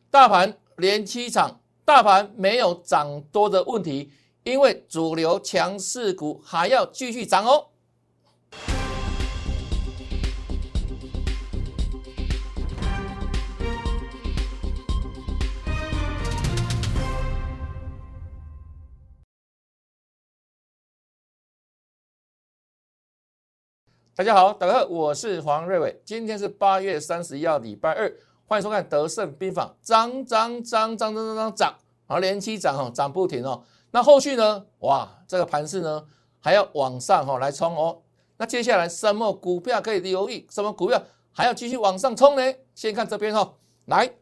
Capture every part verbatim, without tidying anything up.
大盘连七场，大盘没有涨多的问题，因为主流强势股还要继续涨哦。大家好，大家好，我是黄瑞伟，今天是八月三十一号，礼拜二，欢迎收看德胜兵法，涨涨涨涨涨涨涨涨，好，连七涨哦，涨不停哦。那后续呢？哇，这个盘势呢还要往上哦来冲哦。那接下来什么股票可以留意？什么股票还要继续往上冲呢？先看这边哦，来，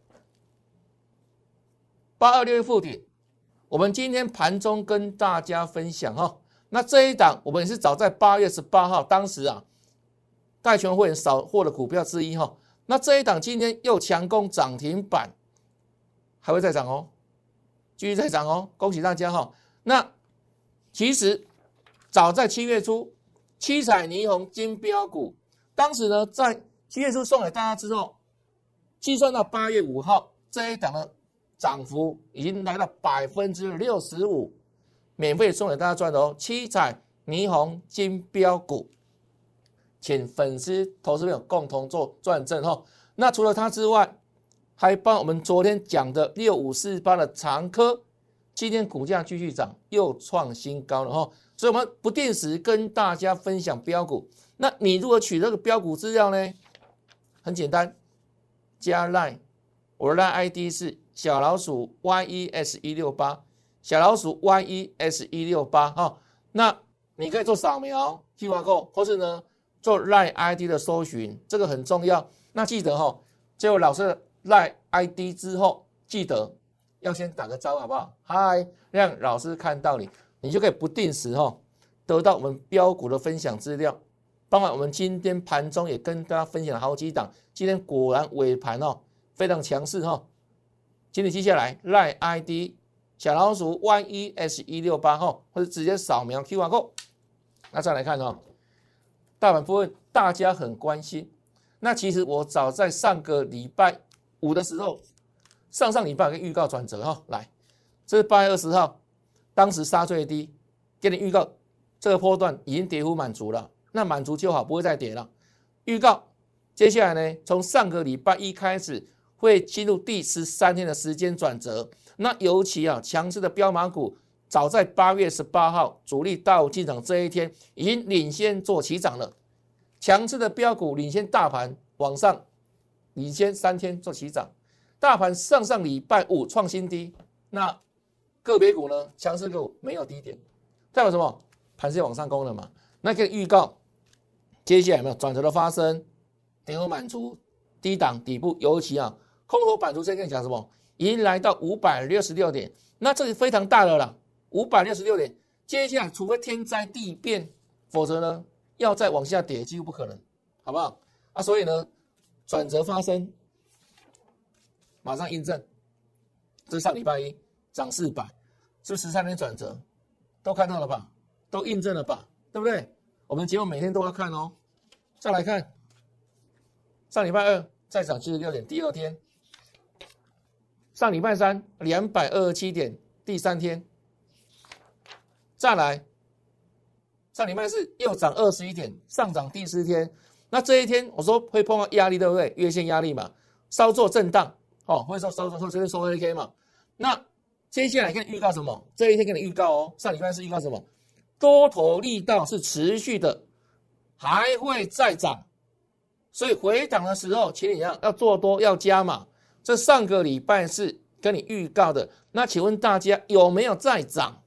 八二六一附顶，我们今天盘中跟大家分享哦。那这一档我们也是早在八月十八号，当时啊。带权会员扫货的股票之一哈，那这一档今天又强攻涨停板，还会再涨哦，继续再涨哦，恭喜大家哈。那其实早在七月初，七彩霓虹金标股，当时呢在七月初送给大家之后，计算到八月五号这一档的涨幅已经来到百分之六十五，免费送给大家赚的哦，七彩霓虹金标股。请粉丝投资朋友共同做转正哈。那除了它之外，还帮我们昨天讲的六五四八的长科，今天股价继续涨，又创新高了哈。所以我们不定时跟大家分享标股。那你如何取这个标股资料呢？很简单，加 Line， 我的 Line I D 是小老鼠 Y E S 一六八， 小老鼠 Y E S 一六八哈。那你可以做扫描 Q R code， 或是呢？做 Line I D 的搜寻，这个很重要。那记得哈、哦，接入老师的 Line I D 之后，记得要先打个招呼，好不好？嗨，让老师看到你，你就可以不定时哈、哦，得到我们标股的分享资料。包括我们今天盘中也跟大家分享了好几档，今天果然尾盘哦非常强势哈、哦。请你记下来 ，Line I D 小老鼠 Y E S 一六八哈，或者直接扫描 Q R code。那再来看哦。大盘部分大家很关心，那其实我早在上个礼拜五的时候，上上礼拜有个预告转折哈，来，这是八月二十号，当时杀最低，给你预告这个波段已经跌幅满足了，那满足就好，不会再跌了。预告接下来呢，从上个礼拜一开始会进入第十三天的时间转折，那尤其啊强势的标马股。早在八月十八号主力大户进场这一天，已经领先做起涨了。强势的标股领先大盘往上，领先三天做起涨。大盘上上礼拜五创新低，那个别股呢？强势股没有低点，代表什么？盘是往上攻了嘛？那可以预告，接下来有没有转折的发生？跌幅满足，低档底部，尤其啊空头版图，先跟你讲什么？已经来到五百六十六点，那这个非常大了啦。五百六十六点，接下来除非天灾地变，否则呢要再往下跌几乎不可能，好不好？啊，所以呢转折发生，马上印证，这是上礼拜一涨四百，是不是十三天转折？都看到了吧？都印证了吧？对不对？我们节目每天都要看哦。再来看上礼拜二再涨七十六点，第二天；上礼拜三两百二十七点，第三天。再来，上礼拜四又涨二十一点，上涨第四天。那这一天我说会碰到压力，对不对？月线压力嘛，稍作震荡哦，会说稍作这边收黑 K 嘛。那接下来跟你预告什么？这一天跟你预告哦，上礼拜四预告什么？多头力道是持续的，还会再涨。所以回档的时候，请你要要做多，要加码。这上个礼拜四跟你预告的，那请问大家有没有再涨？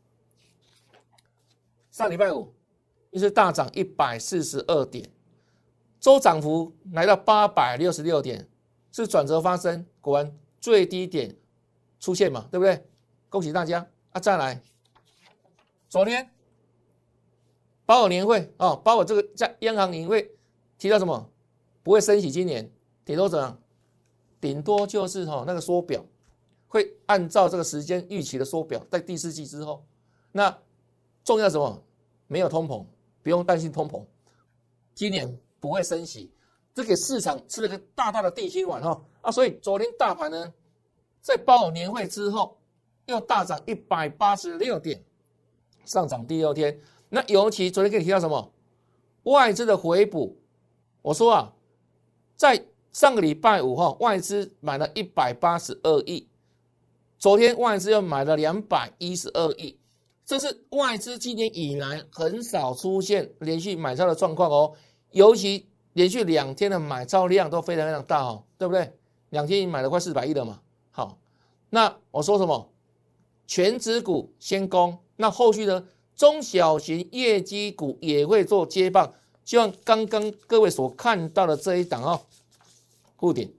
上礼拜五又是大涨一百四十二点，周涨幅来到八百六十六点，是转折发生，果然最低点出现嘛，对不对？恭喜大家啊！再来，昨天包我年会哦，包我这个在央行年会提到什么？不会升息，今年顶多怎样？顶多就是哈、哦、那个缩表会按照这个时间预期的缩表，在第四季之后，那。重要什么？没有通膨，不用担心通膨。今年不会升息，这给市场吃了个大大的定心丸哈啊！所以昨天大盘呢在报年会之后又大涨一百八十六点，上涨第六天。那尤其昨天跟你提到什么？外资的回补，我说啊，在上个礼拜五哈，外资买了一百八十二亿，昨天外资又买了两百一十二亿，这是外资今年以来很少出现连续买超的状况哦，尤其连续两天的买超量都非常非常大哦，对不对？两天已经买了快四百亿了嘛。好，那我说什么？全指股先攻，那后续呢？中小型业绩股也会做接棒，就像刚刚各位所看到的这一档哦，护顶，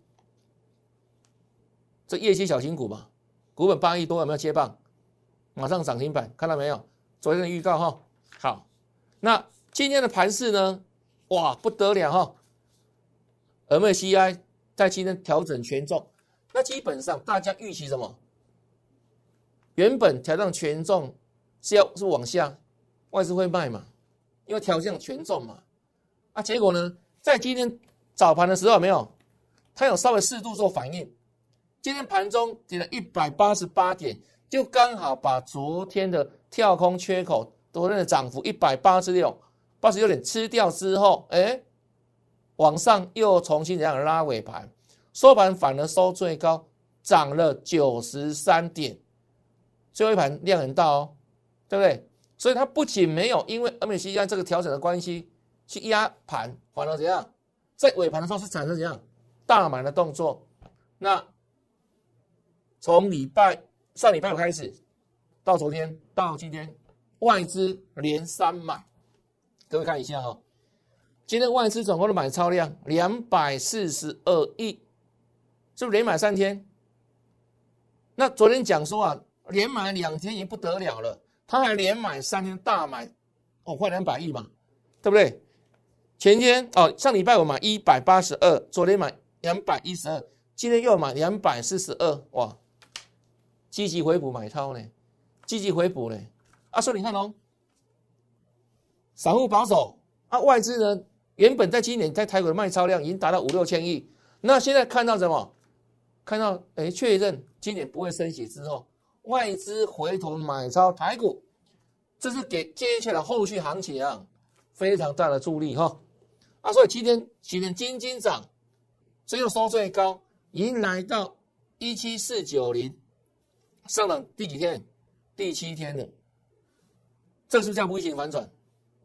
这业绩小型股嘛，股本八亿多，有没有接棒？马上涨停板，看到没有？昨天的预告哈。好，那今天的盘势呢？哇，不得了哈 ！M A C I 在今天调整权重，那基本上大家预期什么？原本调整权重是要是往下，外资会卖嘛，因为调降权重嘛。啊，结果呢，在今天早盘的时候有没有？它有稍微适度做反应。今天盘中跌了一百八十八点，就刚好把昨天的跳空缺口，昨天的涨幅一百八十六、八十六点吃掉之后，哎，往上又重新这样拉尾盘，收盘反而收最高，涨了九十三点。最后一盘量很大哦，对不对？所以它不仅没有因为 M A C I 这个调整的关系去压盘，反而怎样，在尾盘的时候是产生怎样大买的动作。那从礼拜上礼拜五开始，到昨天到今天，外资连三买，各位看一下哦，今天外资总共的买超量两百四十二亿，是不是连买三天？那昨天讲说啊，连买两天已经不得了了，他还连买三天大买，哦，快两百亿嘛，对不对？前天哦，上礼拜我买一百八十二，昨天买两百一十二，今天又买两百四十二，哇，积极回补买超呢，积极回补呢。啊，所以你看哦，散户保守啊，外资呢原本在今年在台股的卖超量已经达到五六千亿，那现在看到什么？看到哎，确认今年不会升息之后，外资回头买超台股，这是给接下来后续行情啊非常大的助力哈。啊，所以今天今天金金涨，最后收最高，已经来到一七四九零，上涨第几天？第七天了。这是不是叫 V 型反转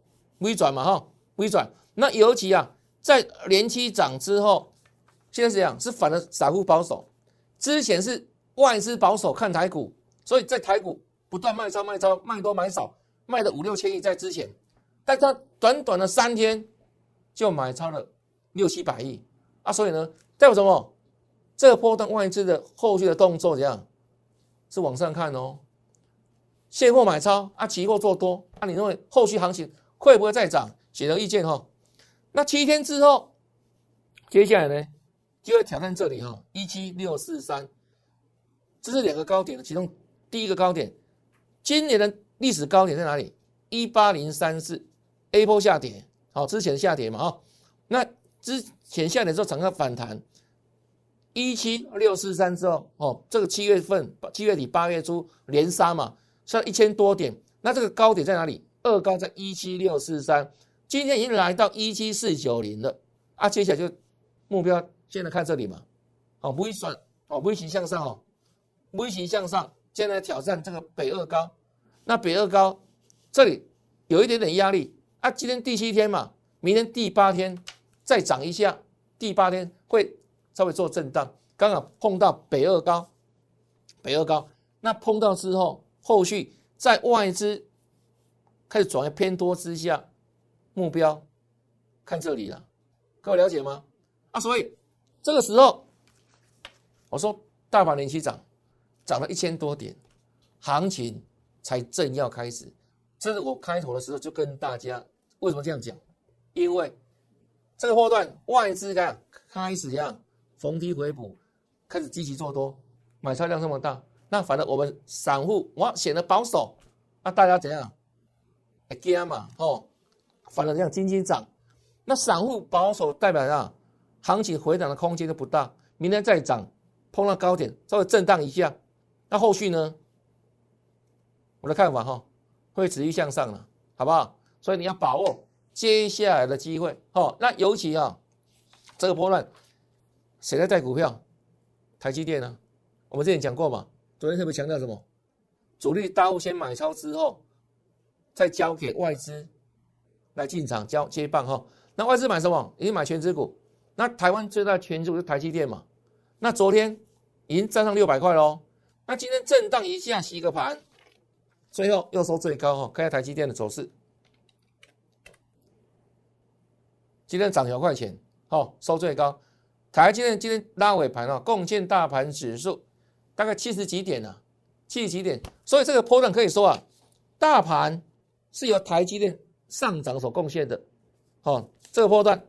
？V 转嘛哈 ，V 转。那尤其啊，在连期涨之后，现在是这样，是反而散户保守，之前是外资保守看台股，所以在台股不断卖超卖超，卖多买少，卖了五六千亿在之前，但它短短的三天就买超了六七百亿啊，所以呢，代表什么？这个波段外资的后续的动作怎样？是往上看哦。现货买超啊，期货做多啊，你认为后续行情会不会再涨？写个意见哈、哦。那七天之后，接下来呢就会挑战这里哈、哦，一七六四三，这是两个高点的，其中第一个高点，今年的历史高点在哪里？一八零三四 ，A 波下跌，好、哦，之前下跌嘛哈、哦，那之前下跌之后产生反弹，一七六四三之后，哦，这个七月份七月底八月初连杀嘛。上一千多点，那这个高点在哪里？二高在一七六四三，今天已经来到一七四九零了啊！接下来就目标，现在看这里嘛，好 ，V 转，哦 ，V 型向上哦 ，V 型向上，现在挑战这个北二高，那北二高这里有一点点压力啊！今天第七天嘛，明天第八天再涨一下，第八天会稍微做震荡，刚好碰到北二高，北二高，那碰到之后。后续在外资开始转为偏多之下，目标看这里了，各位了解吗？啊，所以这个时候我说大盘连续涨，涨了一千多点，行情才正要开始。这是我开头的时候就跟大家为什么这样讲？因为这个波段外资看开始这样逢低回补，开始积极做多，买超量这么大。那反正我们散户哇显得保守，那大家怎样？会惊嘛，哦，反正这样金金涨，那散户保守代表啥？行情回档的空间就不大，明天再涨， 碰到高点稍微震荡一下，那后续呢？我的看法哈，会持续向上了，好不好？所以你要把握接下来的机会哦。那尤其啊，这个波段谁在带股票？台积电呢、啊？我们之前讲过嘛，昨天特别强调什么？主力大户先买超之后，再交给外资来进场交接棒哈。那外资买什么？已经买全指股。那台湾最大的全指股是台积电嘛？那昨天已经站上六百块喽。那今天震荡一下洗个盘，最后又收最高哈。看一下台积电的走势，今天涨九块钱，哦，收最高。台积电今天拉尾盘哦，贡献大盘指数大概七十几点啊，七十几点。所以这个波段可以说啊，大盘是由台积电上涨所贡献的。哦，这个波段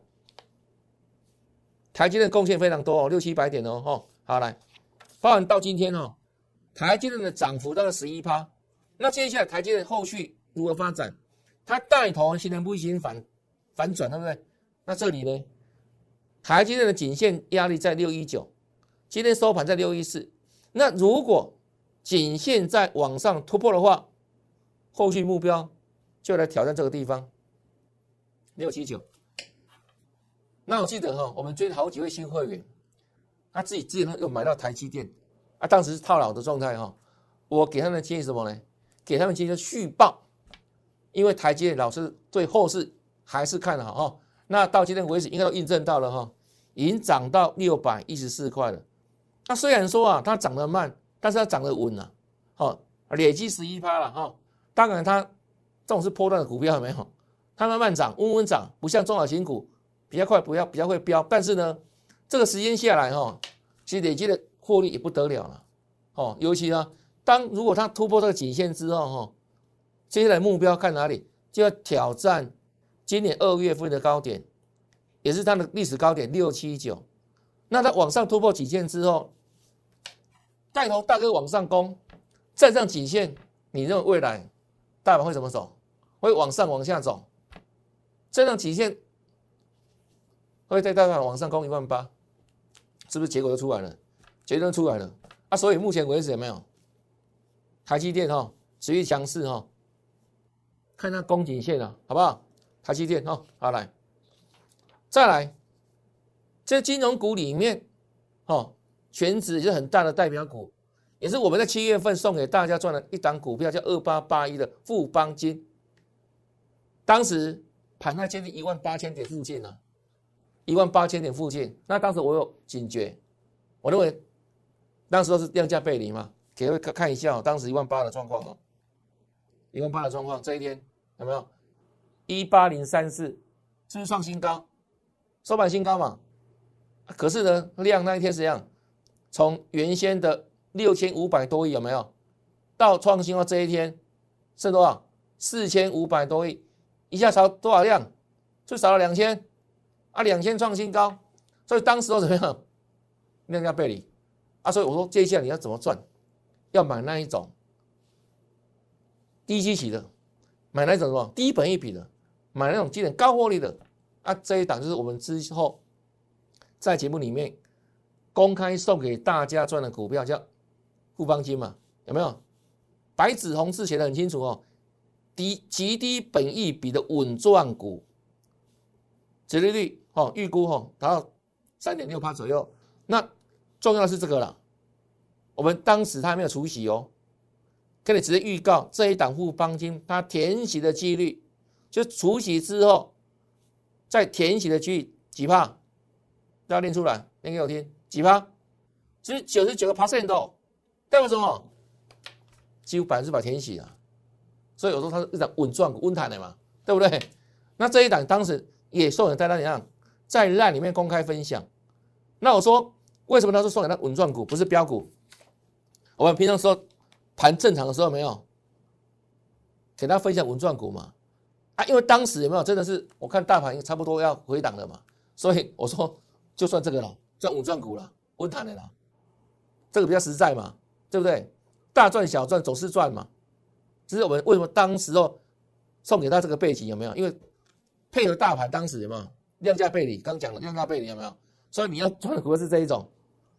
台积电贡献非常多哦，六七百点哦。哦，好来，包含到今天哦，台积电的涨幅大概十一趴。那接下来台积电后续如何发展？它带头形成不形反反转，对不对？那这里呢？台积电的颈线压力在六一九，今天收盘在六一四。那如果颈线在往上突破的话，后续目标就来挑战这个地方六七九。那我记得哈，我们追了好几位新会员，他自己之前又买到台积电啊，当时是套牢的状态哈。我给他们的建议是什么呢？给他们建议续报，因为台积电老师对后市还是看好哈。那到今天为止，应该都印证到了哈，已经涨到六百一十四块了。那虽然说啊，它涨得慢，但是它涨得稳了，哦，累积十一趴了哈。当然，它这种是波段的股票，有没有？它慢慢涨，稳稳涨，不像中小型股比较快，不要比较会飙。但是呢，这个时间下来哈，其实累积的获利也不得了了，哦，尤其呢，当如果它突破这个颈线之后哈，接下来目标看哪里？就要挑战今年二月份的高点，也是它的历史高点六七九。那它往上突破颈线之后，带头大哥往上攻，站上颈线，你认为未来大盘会怎么走？会往上往下走？站上颈线会带大盘往上攻一万八，是不是结果就出来了？结论出来了啊！所以目前为止有没有台积电哈、哦、持续强势哈、哦？看它攻颈线啊，好不好？台积电哦，好来，再来，这金融股里面哦，全指也是很大的代表股，也是我们在七月份送给大家赚的一档股票，叫二八八一的富邦金。当时盘在接近一万八千点附近啊，一万八千点附近。那当时我有警觉，我认为当时都是量价背离嘛，给各位看一下、哦、当时一万八的状况哦，一万八的状况，这一天有没有？一八零三四，是不是创新高？收盘新高嘛？可是呢，量那一天是这样，从原先的六千五百多亿有没有，到创新高这一天剩多少？四千五百多亿，一下少多少量？就少了两千啊，两千创新高，所以当时都怎么样？量价背离啊，所以我说接下来你要怎么赚？要买那一种低基期的，买那一种什么低本益比的，买那种今年高获利的啊，这一档就是我们之后在节目里面公开送给大家赚的股票，叫富邦金嘛，有没有？白纸红字写得很清楚哦，低极低本益比的稳赚股，殖利率哦预估哦达到 三点六趴 左右。那重要的是这个啦，我们当时它还没有除息哦，跟你直接预告这一档富邦金它填息的几率，就除息之后再填息的几率几趴？大家念出来，念给我听，几趴？其实九十九个 percent 哦，代表什么？几乎百分之百填息啊！所以我说它是一档稳赚股、稳弹的嘛，对不对？那这一档当时也送给大家怎样，在 LINE 里面公开分享。那我说为什么他说送给他稳赚股，不是标股？我们平常说盘正常的时候没有给他分享稳赚股嘛？啊，因为当时有没有真的是我看大盘差不多要回档了嘛，所以我说就算这个了，赚稳赚股了，稳弹的啦，这个比较实在嘛，对不对？大赚小赚，走势赚嘛。只是我们为什么当时候送给他这个背景有没有？因为配合大盘当时有没有量价背离？刚讲了量价背离有没有？所以你要赚的股票是这一种，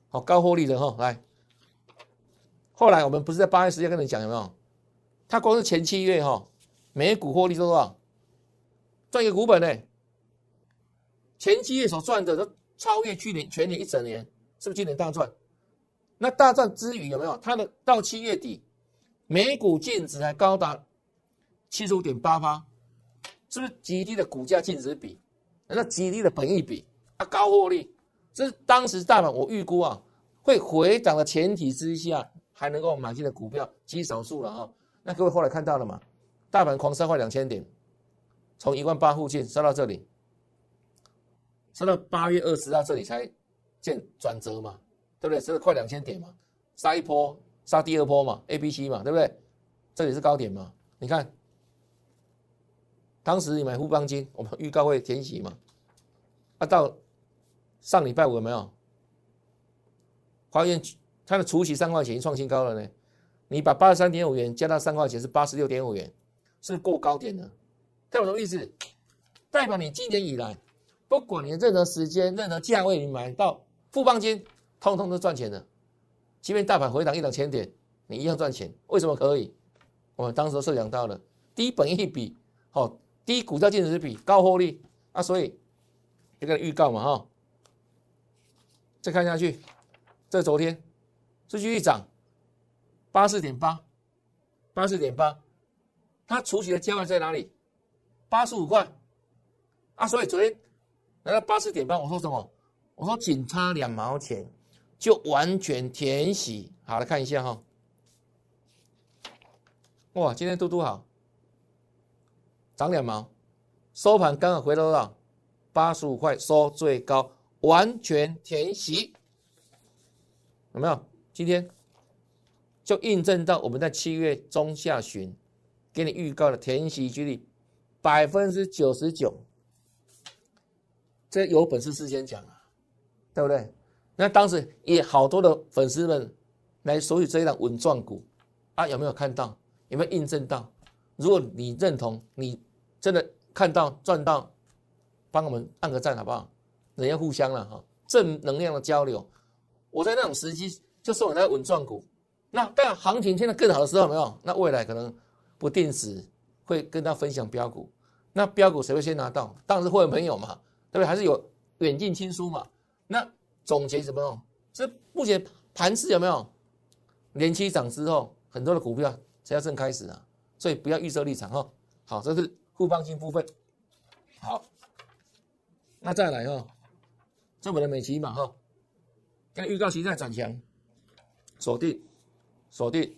好高获利的哈。来，后来我们不是在八月十日跟你讲有没有？它光是前七月哈，每股获利多少？赚一个股本呢？前七月所赚的都超越去年全年一整年，是不是今年大赚？那大赚之余有没有？它的到七月底，每股净值还高达七十五点八八，是不是极低的股价净值比？那极低的本益比啊，高获利，这是当时大盘我预估啊会回涨的前提之下，还能够买进的股票极少数了哈。那各位后来看到了吗？大盘狂杀快两千点，从一万八附近杀到这里，杀到八月二十号这里才见转折嘛，对不对？这是快两千点嘛，杀一波，杀第二波嘛 ，A、B、C 嘛，对不对？这里是高点嘛，你看，当时你买富邦金，我们预告会填息嘛，啊，到上礼拜五有没有？发现它的除息三块钱已经创新高了呢。你把八十三点五元加到三块钱是八十六点五元，是过高点的。代表什么意思？代表你今年以来，不管你的任何时间、任何价位，你买到富邦金，通通都赚钱的。即便大盘回档一两千点，你一样赚钱。为什么可以？我们当时设想到了低本益比，好、哦，低股价净值比，高获利啊，所以这个预告嘛，哈、哦。再看下去，这昨天是继续涨。八十四点八，八十四点八，它除息的价位在哪里？八十五块啊！所以昨天来到八十四点八，我说什么？我说仅差两毛钱就完全填息。好，来看一下哈。哇，今天嘟嘟好，涨两毛，收盘刚好回到多少？八十五块，收最高，完全填息，有没有？今天。就印证到我们在七月中下旬给你预告的填息几率百分之九十九，这有本事事先讲啊，对不对？那当时也好多的粉丝们来索取这一档稳赚股啊，有没有看到？有没有印证到？如果你认同，你真的看到赚到，帮我们按个赞好不好？人家互相了哈，正能量的交流。我在那种时机就送你那稳赚股。那当然，行情现在更好的时候有没有？那未来可能不定时会跟他分享标股。那标股谁会先拿到？当然是会员朋友嘛，对不对？还是有远近亲疏嘛？那总结怎么样？这目前盘势有没有连期涨之后，很多的股票才要正开始啊，所以不要预设立场哈。好，这是富邦金部分。好，那再来哈，这我们的美琪嘛哈，跟预告期在转强，锁定。锁定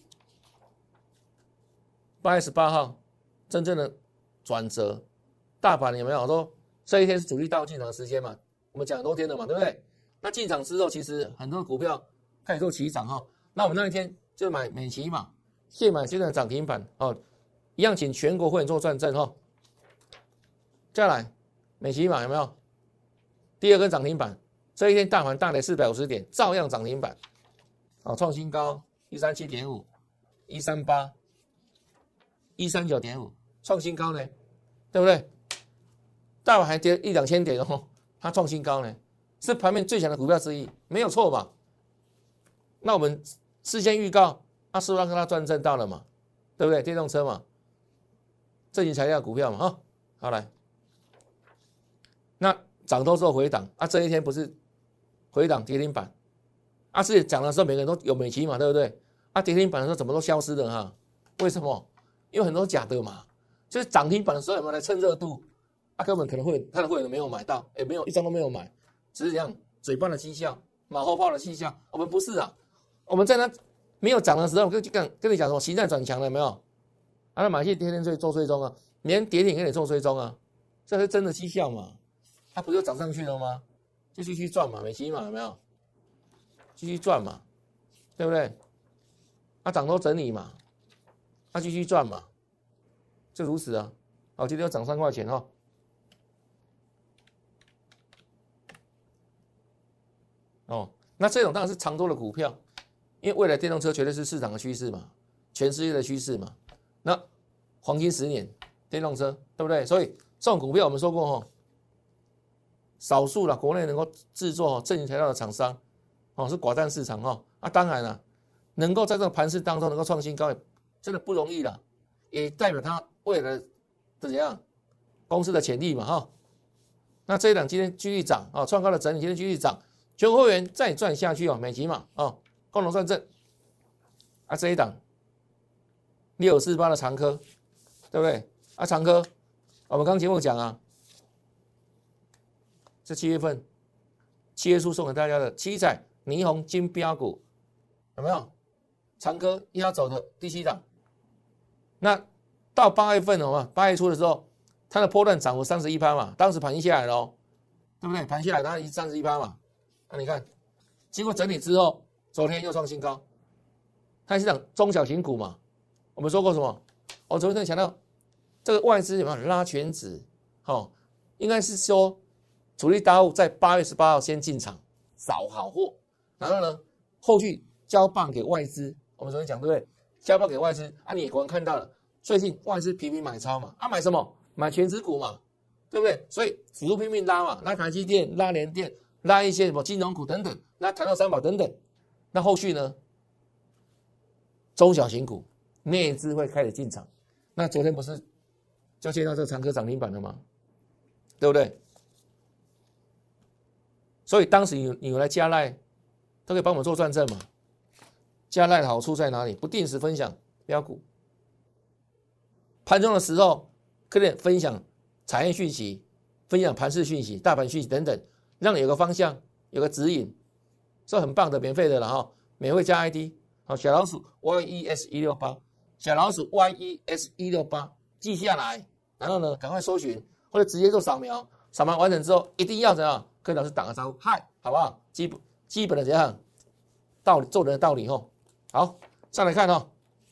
八月十八号真正的转折，大盘有没有说这一天是主力大户进场的时间嘛？我们讲很多天了嘛，对不对？那进场之后，其实很多股票开始做起涨哈。那我们那一天就买美琪嘛，现买现在涨停板哦，一样请全国会员做转正哈。再来美琪嘛有没有？第二根涨停板，这一天大盘大跌四百五十点，照样涨停板，啊、哦，创新高。一三七点五，一三八，一三九点五，创新高呢，对不对？大盘还跌一两千点哦，它创新高呢，是盘面最强的股票之一，没有错吧？那我们事先预告，啊，是不是让它赚正到了嘛？对不对？电动车嘛，正经材料股票嘛，哈，好来，那涨多之后回档，啊，这一天不是回档跌停板，啊，是涨的时候每个人都有美琪嘛，对不对？啊，跌停板的时候怎么都消失了哈？为什么？因为很多假的嘛，就是涨停板的时候有没有来蹭热度？啊，根本可能会他的会员没有买到，也没有一张都没有买，只是这样嘴巴的绩效，马后炮的绩效。我们不是啊，我们在那没有涨的时候，跟跟跟你讲什么形态转强了有没有？啊，那买去天天追做追踪啊，连跌停给你做追踪啊，这是真的绩效嘛？它不就涨上去了吗？就继续赚嘛，美琪嘛有没有？继续赚嘛，对不对？啊，涨多整理嘛，啊，继续赚嘛，就如此啊。好，今天要涨三块钱哈、哦。哦，那这种当然是长多的股票，因为未来电动车绝对是市场的趋势嘛，全世界的趋势嘛。那黄金十年电动车，对不对？所以这种股票我们说过哈、哦，少数啦，国内能够制作正经材料的厂商， 哦，是寡占市场哦。啊，当然了，能够在这个盘势当中能够创新高，真的不容易了，也代表它未来的怎样公司的潜力嘛哈。那这一档今天继续涨啊，创高的整理今天继续涨，全国会员再赚下去哦，美琪嘛哦，共同赚正。啊，这一档六四八的长科，对不对？啊，长科，我们刚节目讲啊，是七月份七月初送给大家的七彩霓虹金标股，有没有？长科压走的第七档，那到八月份了嘛，八月初的时候，它的波段涨幅三十一趴嘛，当时盘下来了哦，对不对？盘下来它已经三十一趴嘛，那你看，经过整理之后，昨天又创新高，它是讲中小型股嘛，我们说过什么？我昨天强调，这个外资有没有拉全指？哦，应该是说主力大户在八月十八号先进场扫好货，然后呢，后续交棒给外资。我们昨天讲对不对？交棒给外资啊，你也果然看到了，最近外资频频买超嘛，啊买什么？买全指股嘛，对不对？所以指数拼命拉嘛，拉台积电、拉联电、拉一些什么金融股等等，拉台湾三宝等等。那后续呢？中小型股内资会开始进场。那昨天不是就见到这个长科涨停板了吗？对不对？所以当时你你有来加赖，都可以帮我们做转正嘛。加赖的好处在哪里？不定时分享标股，盘中的时候可以分享产业讯息，分享盘势讯息、大盘讯息等等，让你有个方向，有个指引，这很棒的，免费的了哈，免费加 I D， 好，小老鼠 Y E S 一六八，小老鼠 Y E S 一六八，记下来，然后呢，赶快搜寻或者直接做扫描，扫描完成之后，一定要怎样跟老师打个招呼，嗨，好不好？基本基本的怎样道理，做人的道理吼。好，再来看哦，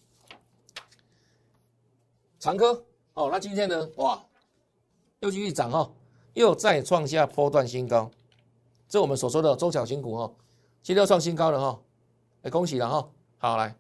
长科哦，那今天呢，哇，又继续涨哦，又再创下波段新高，这我们所说的中小型股哦，今天又创新高了哈，哎，恭喜了哈，好来，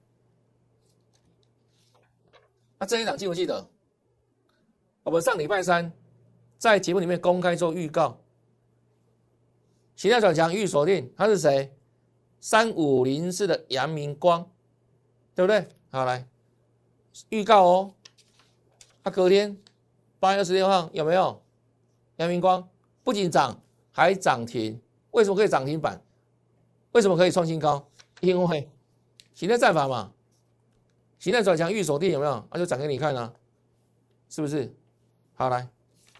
那这一档记不记得？我们上礼拜三在节目里面公开做预告，形态转强预锁定，它是谁？三五零四的阳明光，对不对？好来，预告哦。它、啊、隔天八月二十六号有没有？阳明光不仅涨，还涨停。为什么可以涨停板？为什么可以创新高？因为形态战法嘛，形态转强预锁定有没有？那、啊、就涨给你看啊，是不是？好来，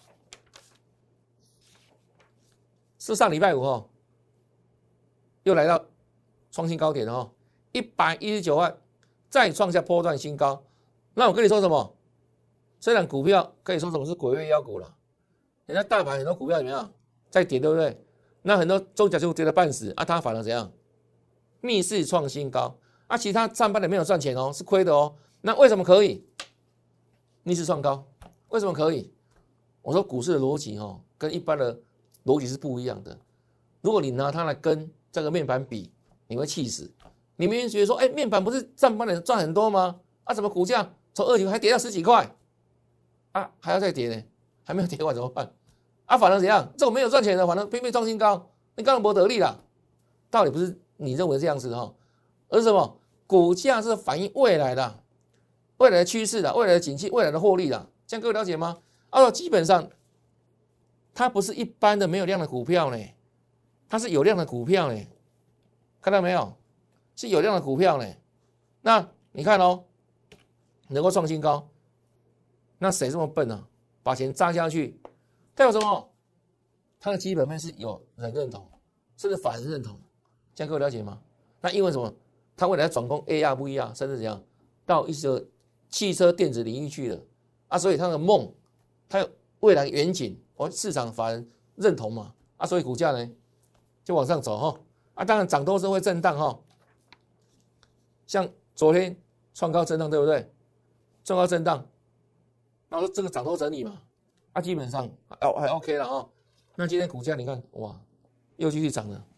是上礼拜五哦，又来到创新高点了哦，一百一十九万，再创下波段新高。那我跟你说什么？这档股票可以说什么是鬼月妖股了？人家大盘很多股票怎么样在跌，对不对？那很多中小型股跌得半死啊，它反而怎样？逆势创新高啊！其他上半年没有赚钱哦，是亏的哦。那为什么可以逆势创高？为什么可以？我说股市的逻辑哦，跟一般的逻辑是不一样的。如果你拿它来跟这个面板比，你会气死。你明明觉得说，哎，面板不是上半年赚很多吗？啊，怎么股价从二几块还跌到十几块？啊，还要再跌呢？还没有跌完怎么办？啊，反而怎样？这种没有赚钱的，反而拼命创新高，你当然不得利啦。道理不是你认为这样子哈，而是什么？股价是反映未来的、未来的趋势的、未来的景气、未来的获利的。这样各位了解吗？啊，基本上它不是一般的没有量的股票呢，它是有量的股票呢。看到没有？是有量的股票呢。那你看哦，能够创新高，那谁这么笨啊？把钱扎下去，代表什么？它的基本面是有人认同，甚至法人认同。这样各位了解吗？那因为什么？它未来转攻 A R、V R， 甚至怎样到一些汽车电子领域去了啊，所以它的梦，它有未来远景，哦，市场法人认同嘛啊，所以股价呢就往上走哈啊，当然涨多是会震荡哈，像昨天创高震荡，对不对？创高震荡，然后这个涨多整理嘛，啊，基本上哦还 OK 了哈。那今天股价你看哇，又继续涨了。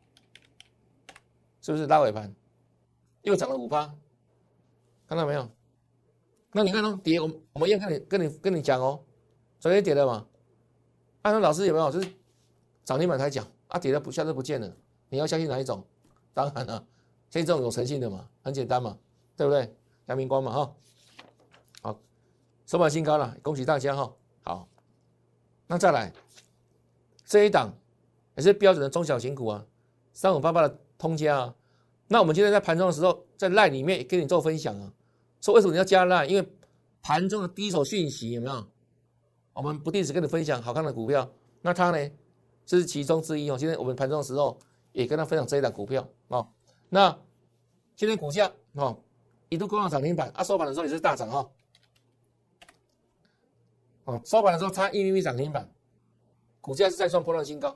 是不是拉尾盘又涨了五趴？看到没有？那你看哦，跌，我们我们要跟你跟你跟你讲哦，昨天跌了嘛？按照老师有没有？就是涨停板才讲啊，跌了不下次不见了，你要相信哪一种？ 当然了，像这种有诚信的嘛，很简单嘛，对不对？阳明光嘛哈，好，收盘新高了，恭喜大家哈。好，那再来这一档也是标准的中小型股啊，三五八八的通家啊。那我们今天在盘中的时候，在 LINE 里面也跟你做分享啊，说为什么你要加 LINE？ 因为盘中的第一手讯息有没有？我们不定时跟你分享好看的股票，那它呢，这是其中之一哦。今天我们盘中的时候也跟他分享这一档股票哦。那今天股价哦一度攻上涨停板，啊收盘的时候也是大涨哈。哦，收盘的时候差一厘米涨停板，股价是再创波段新高。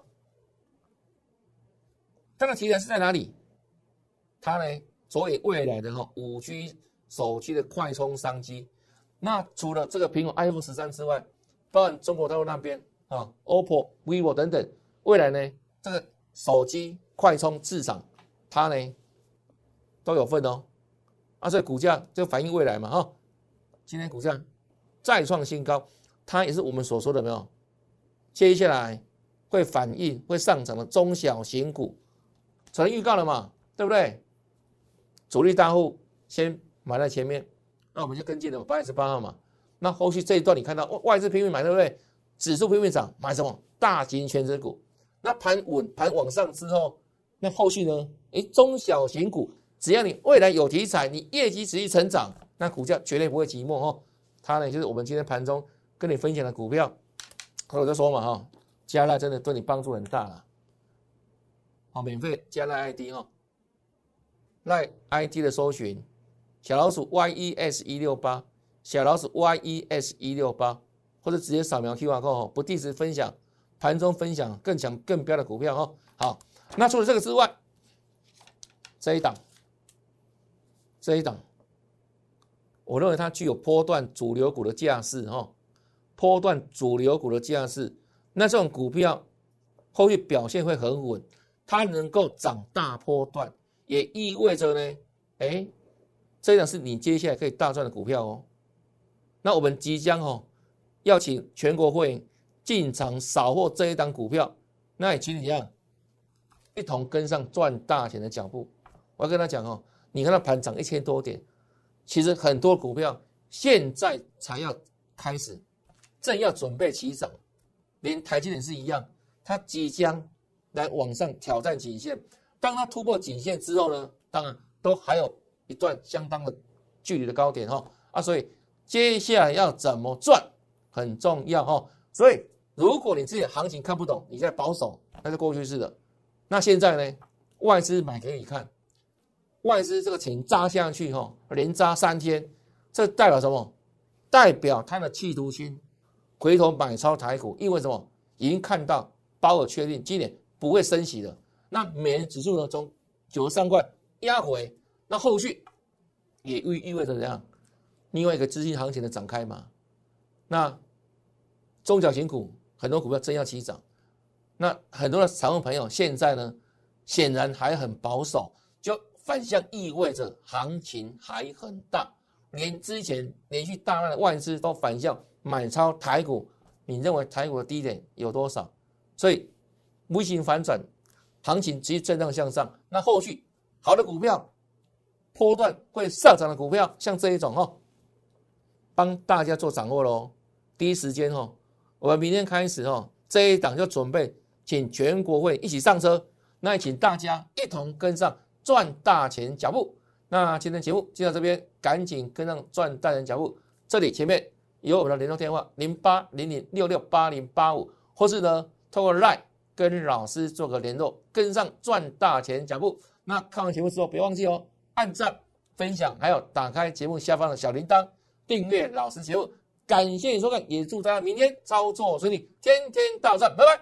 它的题材是在哪里？它呢，所谓未来的哈五 G 手机的快充商机。那除了这个苹果 iPhone 十三之外，包含中国大陆那边啊 ，O P P O、vivo 等等，未来呢这个手机快充市场，它呢都有份哦。啊，所以股价就反映未来嘛哈。今天股价再创新高，它也是我们所说的没有，接下来会反映会上涨的中小型股，昨天预告了嘛，对不对？主力大户先买在前面，那我们就跟进了八月十八号嘛。那后续这一段你看到外资拼命买，对不对？指数拼命涨，买什么？大型全指股。那盘稳盘往上之后，那后续呢？诶，中小型股，只要你未来有题材，你业绩持续成长，那股价绝对不会寂寞哦。它呢，就是我们今天盘中跟你分享的股票。我就说嘛哈，加赖真的对你帮助很大了。好，免费加赖 I D 哈。赖 I D 的搜寻，小老鼠 Y E S 一六八，小老鼠 Y E S 一六八，或者直接扫描 Q R code， 不定时分享，盘中分享更强更标的股票哦。好，那除了这个之外，这一档，这一档，我认为它具有波段主流股的架势哦，波段主流股的架势，那这种股票后续表现会很稳，它能够涨大波段。也意味着呢，哎，这一档是你接下来可以大赚的股票哦。那我们即将哦，要请全国会员进场扫货这一档股票，那也请你样一同跟上赚大钱的脚步。我要跟他讲哦，你看到盘涨一千多点，其实很多股票现在才要开始，正要准备起涨，连台积电是一样，它即将来往上挑战颈线。当它突破颈线之后呢，当然都还有一段相当的距离的高点哈啊，所以接下来要怎么赚很重要哈。所以如果你自己的行情看不懂，你在保守，那是过去式的。那现在呢，外资买给你看，外资这个钱扎下去哈，连扎三天，这代表什么？代表他的企图心，回头买超台股，因为什么？已经看到鲍尔确定今年不会升息的。那美元指数呢，从九十三块压回，那后续也意意味着怎样？另外一个资金行情的展开嘛。那中小型股很多股票真要起涨，那很多的散户朋友现在呢，显然还很保守，就反向意味着行情还很大，连之前连续大量的外资都反向买超台股，你认为台股的低点有多少？所以微型反转。行情持续震荡向上，那后续好的股票，波段会上涨的股票，像这一种哦，帮大家做掌握喽。第一时间哦，我们明天开始哦，这一档就准备请全国会一起上车，那也请大家一同跟上赚大钱脚步。那今天节目就到这边，赶紧跟上赚大钱脚步。这里前面有我们的联络电话零八零零六六八零八五，或是呢透过 LINE。跟老师做个联络，跟上赚大钱脚步。那看完节目之后，别忘记哦，按赞、分享，还有打开节目下方的小铃铛，订阅老师节目。感谢你收看，也祝大家明天操作顺利，天天大赚，拜拜。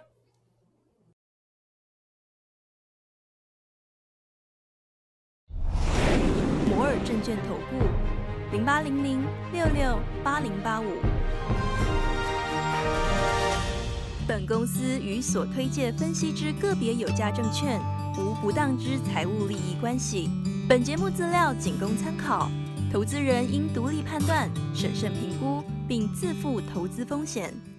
摩尔证券投顾零八零零六六八零八五。本公司与所推介分析之个别有价证券无不当之财务利益关系。本节目资料仅供参考，投资人应独立判断、审慎评估，并自负投资风险。